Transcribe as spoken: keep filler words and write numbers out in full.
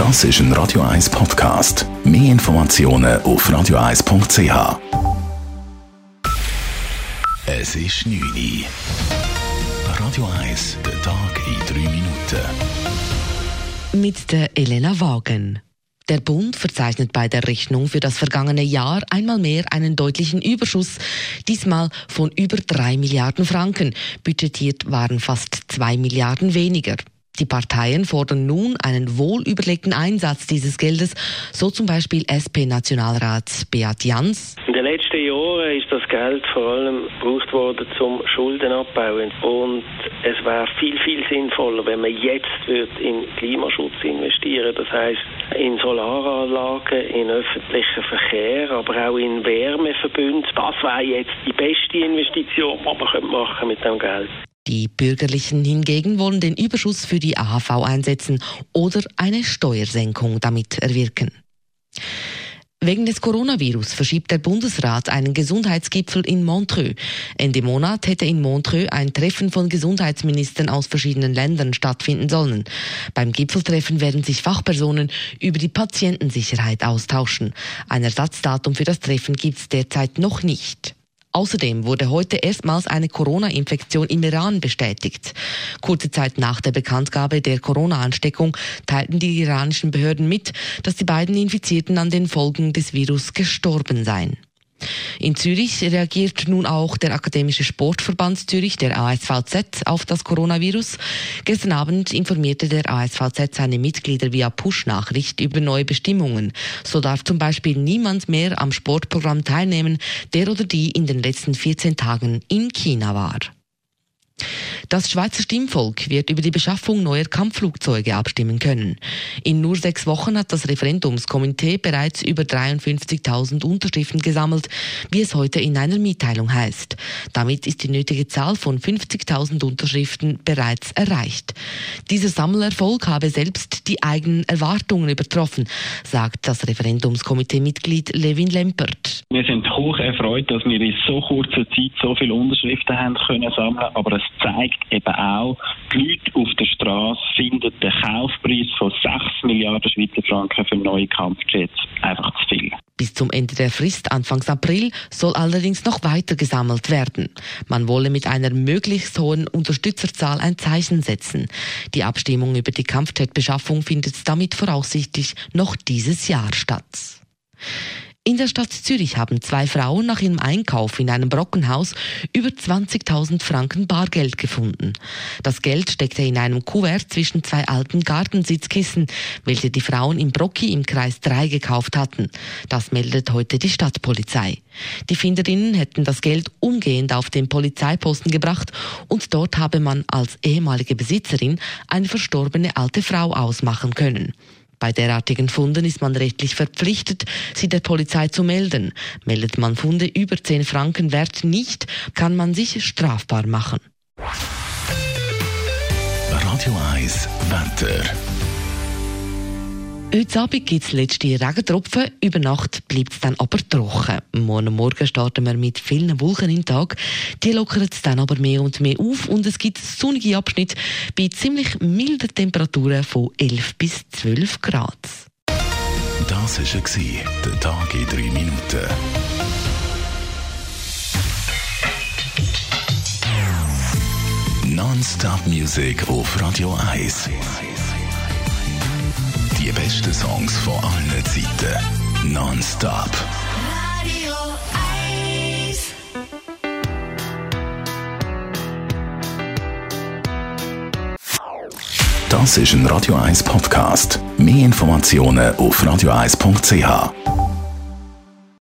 Das ist ein Radio eins Podcast. Mehr Informationen auf radio eins punkt c h. Es ist neun Uhr. Radio eins, der Tag in drei Minuten. Mit der Elena Wagen. Der Bund verzeichnet bei der Rechnung für das vergangene Jahr einmal mehr einen deutlichen Überschuss, diesmal von über drei Milliarden Franken. Budgetiert waren fast zwei Milliarden weniger. Die Parteien fordern nun einen wohlüberlegten Einsatz dieses Geldes, so zum Beispiel S P-Nationalrat Beat Jans. In den letzten Jahren ist das Geld vor allem gebraucht worden zum Schuldenabbau. Und es wäre viel, viel sinnvoller, wenn man jetzt in Klimaschutz investieren würde. Das heisst, in Solaranlagen, in öffentlichen Verkehr, aber auch in Wärmeverbünde. Das wäre jetzt die beste Investition, die man machen mit dem Geld. Die Bürgerlichen hingegen wollen den Überschuss für die A H V einsetzen oder eine Steuersenkung damit erwirken. Wegen des Coronavirus verschiebt der Bundesrat einen Gesundheitsgipfel in Montreux. Ende Monat hätte in Montreux ein Treffen von Gesundheitsministern aus verschiedenen Ländern stattfinden sollen. Beim Gipfeltreffen werden sich Fachpersonen über die Patientensicherheit austauschen. Ein Ersatzdatum für das Treffen gibt es derzeit noch nicht. Außerdem wurde heute erstmals eine Corona-Infektion im Iran bestätigt. Kurze Zeit nach der Bekanntgabe der Corona-Ansteckung teilten die iranischen Behörden mit, dass die beiden Infizierten an den Folgen des Virus gestorben seien. In Zürich reagiert nun auch der Akademische Sportverband Zürich, der A S V Z, auf das Coronavirus. Gestern Abend informierte der A S V Z seine Mitglieder via Push-Nachricht über neue Bestimmungen. So darf zum Beispiel niemand mehr am Sportprogramm teilnehmen, der oder die in den letzten vierzehn Tagen in China war. Das Schweizer Stimmvolk wird über die Beschaffung neuer Kampfflugzeuge abstimmen können. In nur sechs Wochen hat das Referendumskomitee bereits über dreiundfünfzigtausend Unterschriften gesammelt, wie es heute in einer Mitteilung heißt. Damit ist die nötige Zahl von fünfzigtausend Unterschriften bereits erreicht. Dieser Sammelerfolg habe selbst die eigenen Erwartungen übertroffen, sagt das Referendumskomitee-Mitglied Levin Lempert. Wir sind hoch erfreut, dass wir in so kurzer Zeit so viele Unterschriften haben können sammeln, aber es zeigt eben auch, die Leute auf der Straße finden den Kaufpreis von sechs Milliarden Schweizer Franken für neue Kampfjets einfach zu viel. Bis zum Ende der Frist, Anfang April, soll allerdings noch weiter gesammelt werden. Man wolle mit einer möglichst hohen Unterstützerzahl ein Zeichen setzen. Die Abstimmung über die Kampfjetbeschaffung findet damit voraussichtlich noch dieses Jahr statt. In der Stadt Zürich haben zwei Frauen nach ihrem Einkauf in einem Brockenhaus über zwanzigtausend Franken Bargeld gefunden. Das Geld steckte in einem Kuvert zwischen zwei alten Gartensitzkissen, welche die Frauen im Brocki im Kreis drei gekauft hatten. Das meldet heute die Stadtpolizei. Die Finderinnen hätten das Geld umgehend auf den Polizeiposten gebracht und dort habe man als ehemalige Besitzerin eine verstorbene alte Frau ausmachen können. Bei derartigen Funden ist man rechtlich verpflichtet, sie der Polizei zu melden. Meldet man Funde über zehn Franken Wert nicht, kann man sich strafbar machen. Radio eins Wetter. Heute Abend gibt es letzte Regentropfen, über Nacht bleibt es dann aber trocken. Morgen Morgen starten wir mit vielen Wolken im Tag. Die lockern es dann aber mehr und mehr auf und es gibt sonnige Abschnitte bei ziemlich milden Temperaturen von elf bis zwölf Grad. Das war der Tag in drei Minuten. Non-Stop-Musik auf Radio eins. Die besten Songs von allen Zeiten. Non-Stop. Radio eins. Das ist ein Radio eins Podcast. Mehr Informationen auf radio eins punkt c h.